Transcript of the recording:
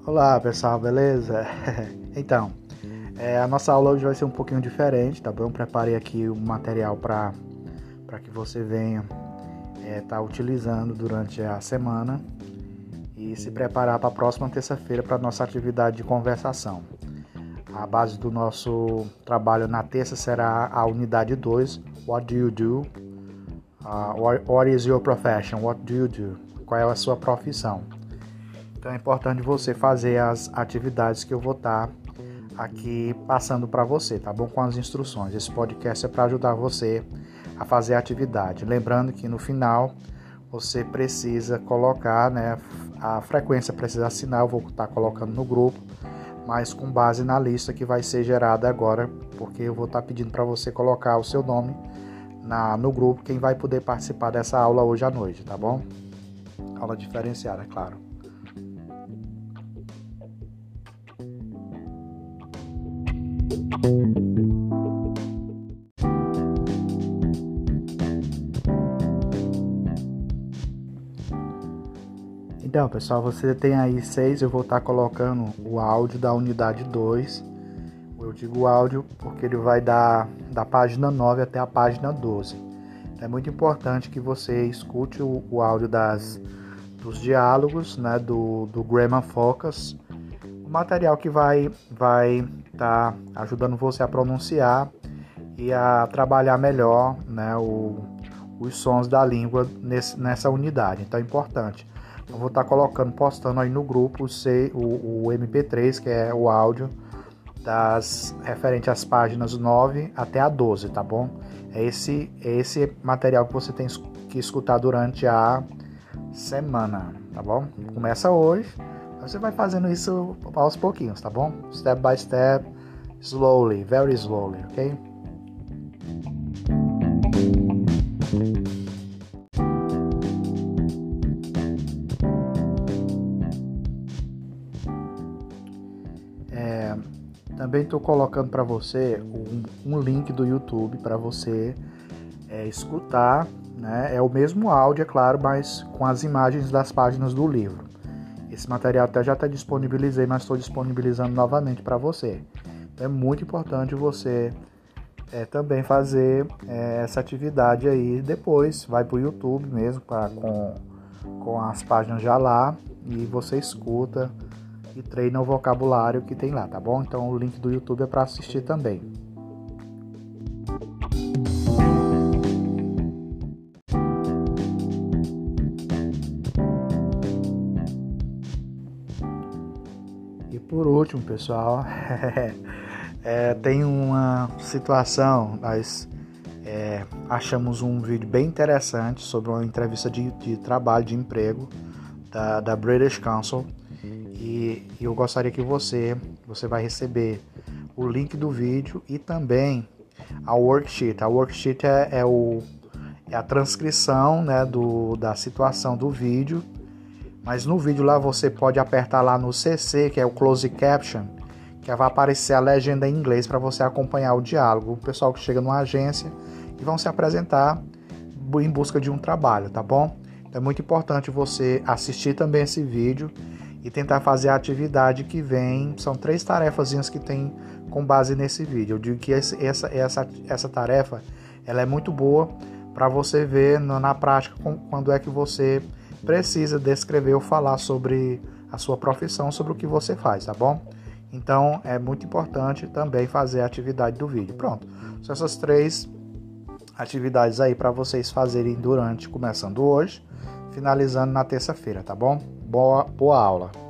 Olá pessoal, beleza? Então, a nossa aula hoje vai ser um pouquinho diferente, tá bom? Eu preparei aqui um material para que você venha estar utilizando durante a semana e se preparar para a próxima terça-feira para a nossa atividade de conversação. A base do nosso trabalho na terça será a unidade 2, What do you do? What is your profession? What do you do? Qual é a sua profissão? Então é importante você fazer as atividades que eu vou estar aqui passando para você, tá bom? Com as instruções. Esse podcast é para ajudar você a fazer a atividade. Lembrando que no final você precisa colocar, a frequência precisa assinar, eu vou estar colocando no grupo, mas com base na lista que vai ser gerada agora, porque eu vou estar pedindo para você colocar o seu nome no grupo, quem vai poder participar dessa aula hoje à noite, tá bom? Aula diferenciada, é claro. Então, pessoal, você tem aí 6, eu vou estar colocando o áudio da unidade 2. Eu digo áudio porque ele vai da página 9 até a página 12. Então, é muito importante que você escute o áudio dos diálogos, do Grammar Focus, o material que vai estar ajudando você a pronunciar e a trabalhar melhor, os sons da língua nessa unidade. Então é importante. Eu vou estar postando aí no grupo o MP3, que é o áudio referente às páginas 9 até a 12, tá bom? É esse material que você tem que escutar durante a semana, tá bom? Começa hoje, você vai fazendo isso aos pouquinhos, tá bom? Step by step, slowly, very slowly, ok? Também estou colocando para você um link do YouTube para você escutar, né? É o mesmo áudio, é claro, mas com as imagens das páginas do livro. Esse material até já disponibilizei, mas estou disponibilizando novamente para você. Então é muito importante você também fazer essa atividade aí. Depois vai para o YouTube mesmo, com as páginas já lá, e você escuta e treina o vocabulário que tem lá, tá bom? Então o link do YouTube é para assistir também. E por último, pessoal, tem uma situação, nós achamos um vídeo bem interessante sobre uma entrevista de trabalho, de emprego da British Council. E eu gostaria que você vai receber o link do vídeo e também a worksheet. A worksheet é a transcrição, da situação do vídeo. Mas no vídeo lá você pode apertar lá no CC, que é o Closed Caption, que vai aparecer a legenda em inglês para você acompanhar o diálogo. O pessoal que chega numa agência e vão se apresentar em busca de um trabalho, tá bom? Então é muito importante você assistir também esse vídeo e tentar fazer a atividade que vem. São 3 tarefazinhas que tem com base nesse vídeo. Eu digo que essa tarefa ela é muito boa para você ver na prática quando é que você precisa descrever ou falar sobre a sua profissão, sobre o que você faz, tá bom? Então é muito importante também fazer a atividade do vídeo. Pronto, são essas 3 atividades aí para vocês fazerem começando hoje, finalizando na terça-feira, tá bom? Boa aula!